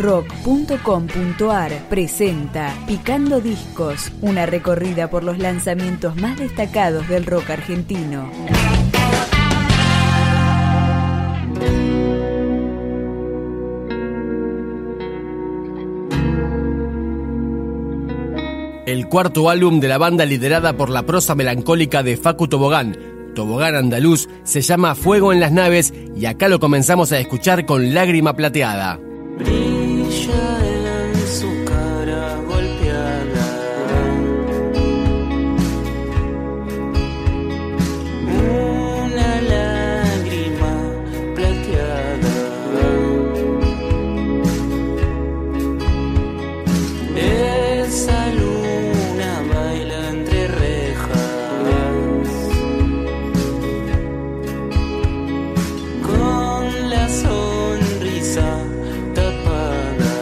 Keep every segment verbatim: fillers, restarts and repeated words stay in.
rock punto com punto ar presenta Picando Discos, una recorrida por los lanzamientos más destacados del rock argentino. El cuarto álbum de la banda liderada por la prosa melancólica de Facu Tobogán, Tobogán Andaluz, se llama Fuego en las Naves y acá lo comenzamos a escuchar con Lágrima Plateada. Brilla en su cara golpeada una lágrima plateada. Esa luna baila entre rejas con la sonrisa tapada.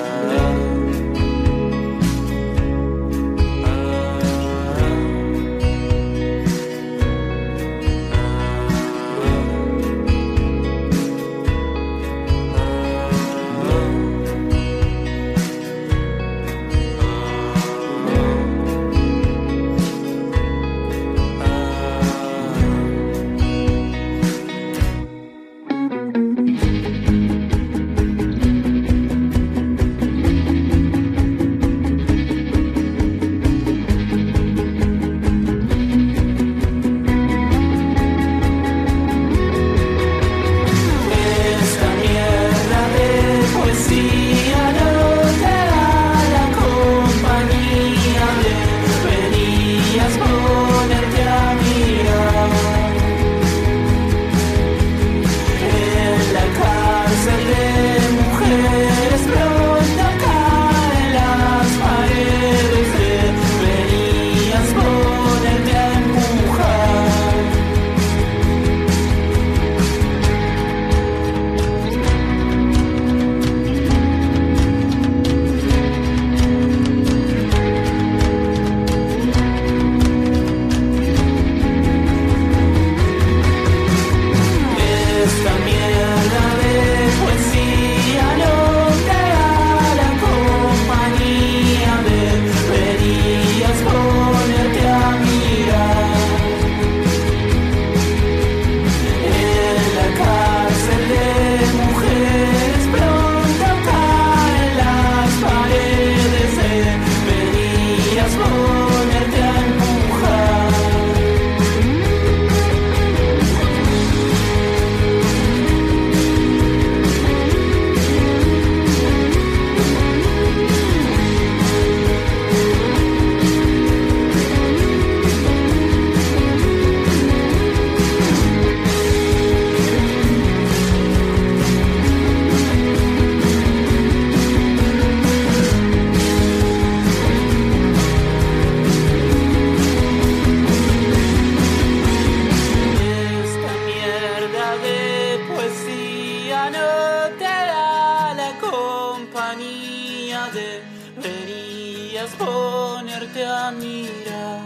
Deberías ponerte a mirar.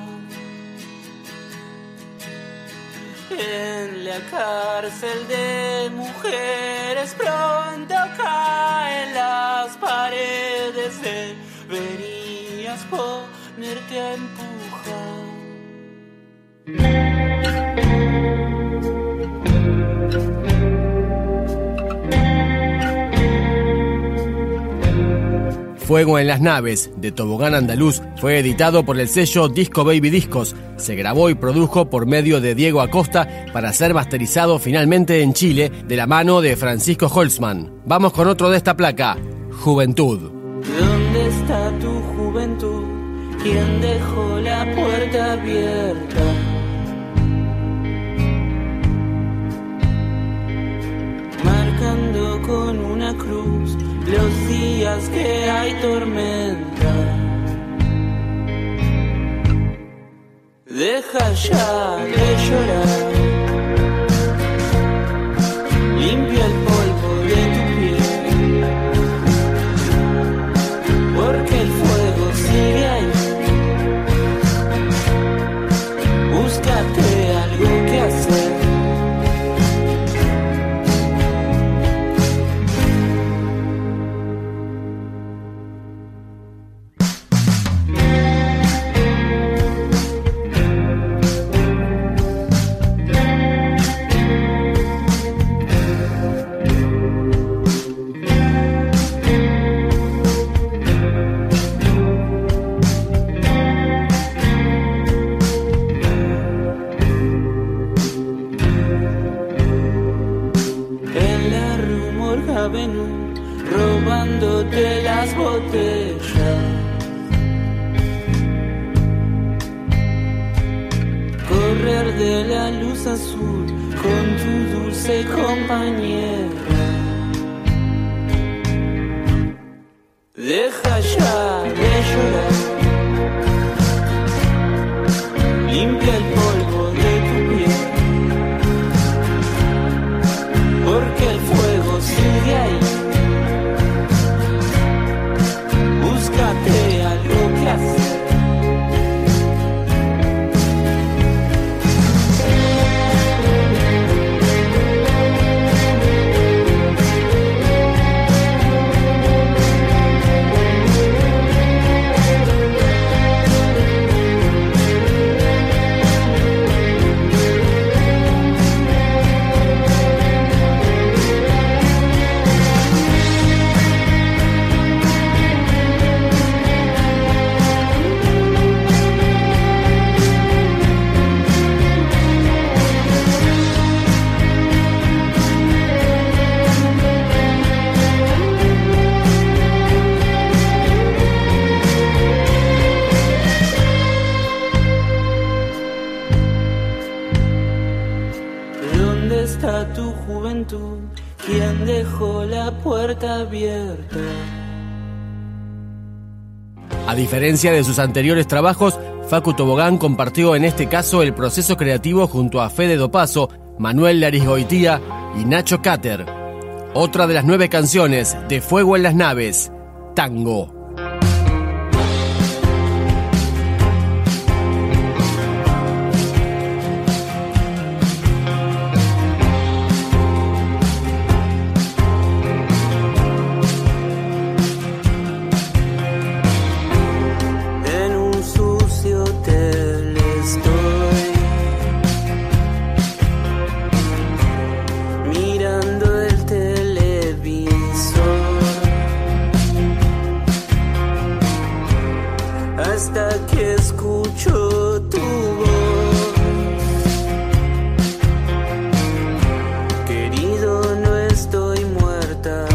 En la cárcel de mujeres pronto caen las paredes. Deberías ponerte a empujar. Fuego en las Naves, de Tobogán Andaluz, fue editado por el sello Disco Baby Discos. Se grabó y produjo por medio de Diego Acosta para ser masterizado finalmente en Chile de la mano de Francisco Holzman. Vamos con otro de esta placa, Juventud. ¿Dónde está tu juventud? ¿Quién dejó la puerta abierta? Marcando con una cruz los días que hay tormenta. Deja ya de llorar, limpia el polvo de tu piel, porque el fuego sigue ahí. Búscate algo que hacer. York Avenue, robándote las botellas. Correr de la luz azul con tu dulce compañera. Deja ya de llorar, limpia el polvo de tu piel, porque el fuego sigue ahí. Búscate algo que hacer. Tu juventud, quien dejó la puerta abierta. A diferencia de sus anteriores trabajos, Facu Tobogán compartió en este caso el proceso creativo junto a Fede Dopazo, Manuel Larisgoitía y Nacho Cáter. Otra de las nueve canciones de Fuego en las Naves, Tango. Hasta que escucho tu voz, querido, no estoy muerta.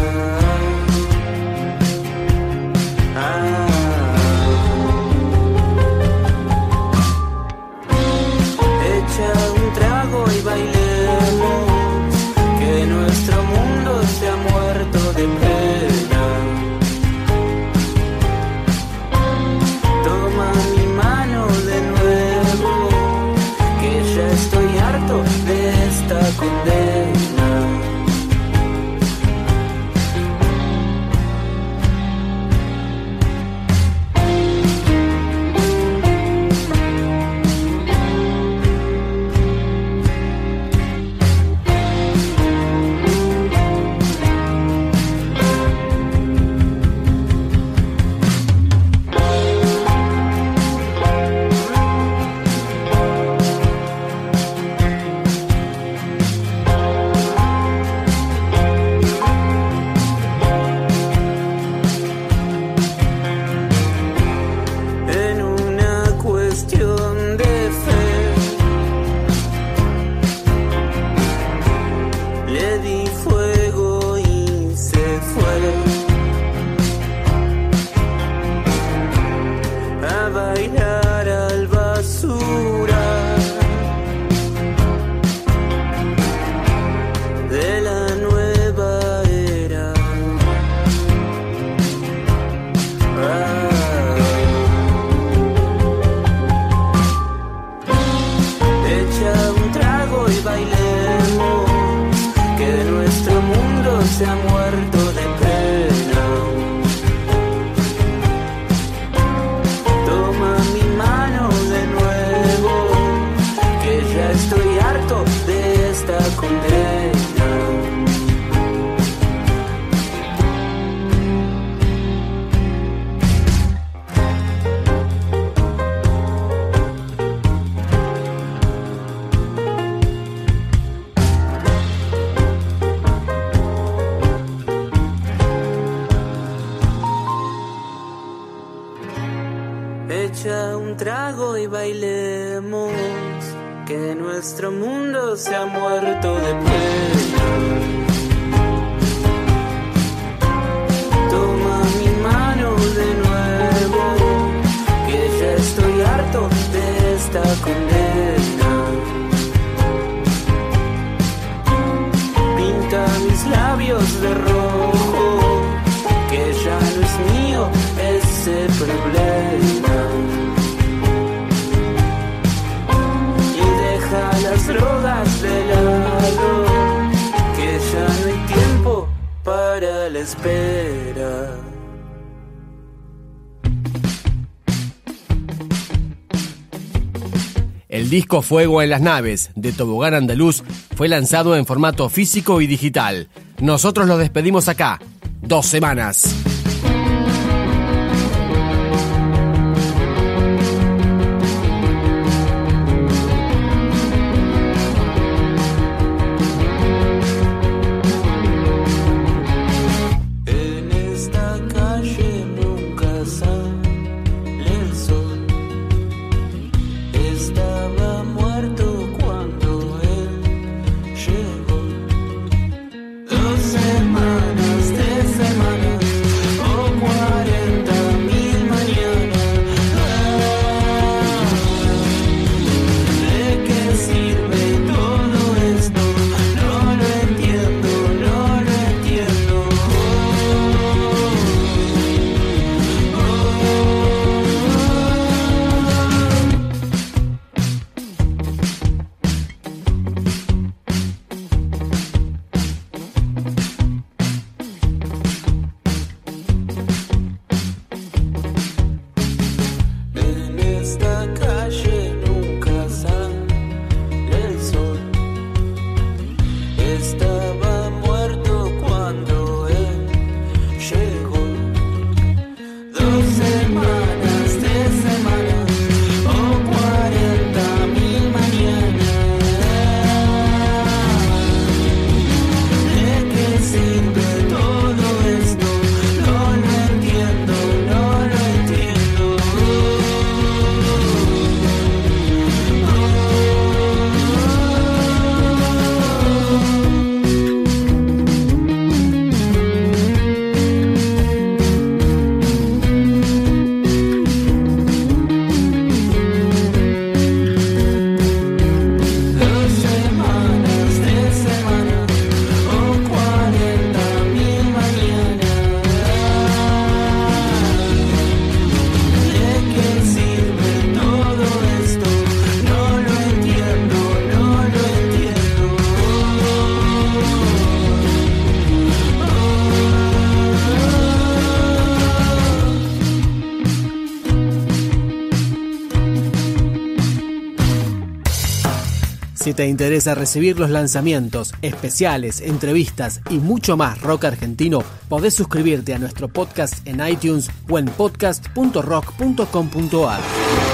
Ah. Echa un trago y bailemos, que nuestro mundo se ha muerto de pena. Estoy harto de esta condena. Se ha muerto de pena. Toma mi mano de nuevo, que ya estoy harto de esta condena. Echa un trago y bailemos, que nuestro mundo se ha muerto de pena. de rojo, que ya no es mío ese problema. Y deja las drogas de lado, que ya no hay tiempo para la espera. El disco Fuego en las Naves, de Tobogán Andaluz, fue lanzado en formato físico y digital. Nosotros los despedimos acá. Dos semanas. Si te interesa recibir los lanzamientos, especiales, entrevistas y mucho más rock argentino, podés suscribirte a nuestro podcast en iTunes o en podcast punto rock punto com punto ar.